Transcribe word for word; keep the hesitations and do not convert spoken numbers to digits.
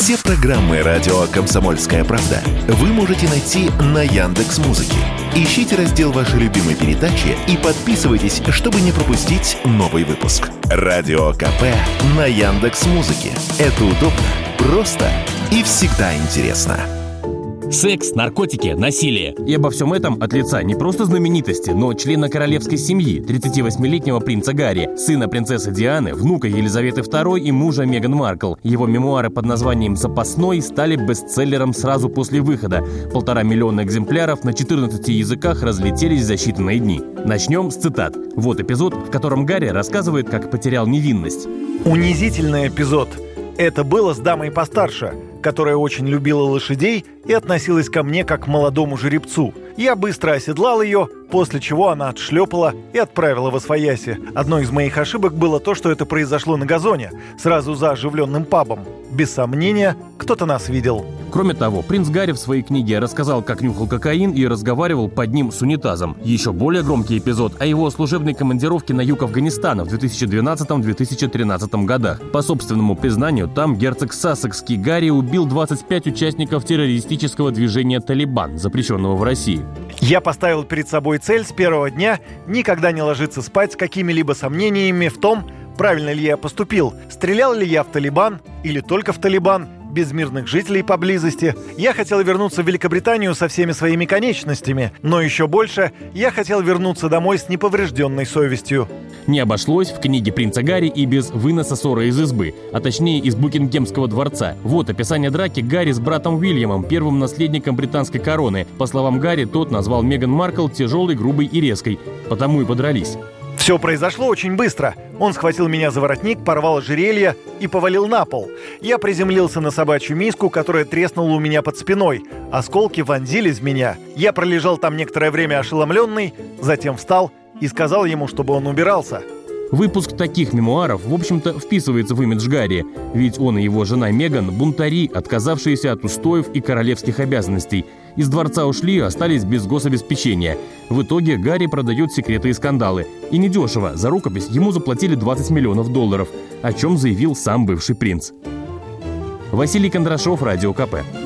Все программы радио «Комсомольская правда» вы можете найти на Яндекс.Музыке. Ищите раздел вашей любимой передачи и подписывайтесь, чтобы не пропустить новый выпуск. Радио КП на Яндекс.Музыке. Это удобно, просто и всегда интересно. Секс, наркотики, насилие. И обо всем этом от лица не просто знаменитости, но члена королевской семьи, тридцативосьмилетнего принца Гарри, сына принцессы Дианы, внука Елизаветы второй и мужа Меган Маркл. Его мемуары под названием «Запасной» стали бестселлером сразу после выхода. Полтора миллиона экземпляров на четырнадцати языках разлетелись за считанные дни. Начнем с цитат. Вот эпизод, в котором Гарри рассказывает, как потерял невинность. Унизительный эпизод. Это было с дамой постарше, которая очень любила лошадей и относилась ко мне как к молодому жеребцу. Я быстро оседлал ее, после чего она отшлепала и отправила восвояси. Одной из моих ошибок было то, что это произошло на газоне, сразу за оживленным пабом. Без сомнения, кто-то нас видел. Кроме того, принц Гарри в своей книге рассказал, как нюхал кокаин и разговаривал под ним с унитазом. Еще более громкий эпизод о его служебной командировке на юг Афганистана в две тысячи двенадцатом - две тысячи тринадцатом годах. По собственному признанию, там герцог Сассекский Гарри убил двадцать пять участников террористического движения «Талибан», запрещенного в России. Я поставил перед собой цель с первого дня никогда не ложиться спать с какими-либо сомнениями в том, правильно ли я поступил, стрелял ли я в Талибан или только в Талибан, без мирных жителей поблизости. Я хотел вернуться в Великобританию со всеми своими конечностями, но еще больше я хотел вернуться домой с неповрежденной совестью. Не обошлось в книге принца Гарри и без выноса ссоры из избы, а точнее из Букингемского дворца. Вот описание драки Гарри с братом Уильямом, первым наследником британской короны. По словам Гарри, тот назвал Меган Маркл тяжелой, грубой и резкой, потому и подрались. Все произошло очень быстро. Он схватил меня за воротник, порвал ожерелье и повалил на пол. Я приземлился на собачью миску, которая треснула у меня под спиной. Осколки вонзились в меня. Я пролежал там некоторое время ошеломленный, затем встал и сказал ему, чтобы он убирался. Выпуск таких мемуаров, в общем-то, вписывается в имидж Гарри, ведь он и его жена Меган – бунтари, отказавшиеся от устоев и королевских обязанностей. Из дворца ушли, остались без гособеспечения. В итоге Гарри продает секреты и скандалы. И недешево, за рукопись ему заплатили двадцать миллионов долларов, о чем заявил сам бывший принц. Василий Кондрашов, Радио КП.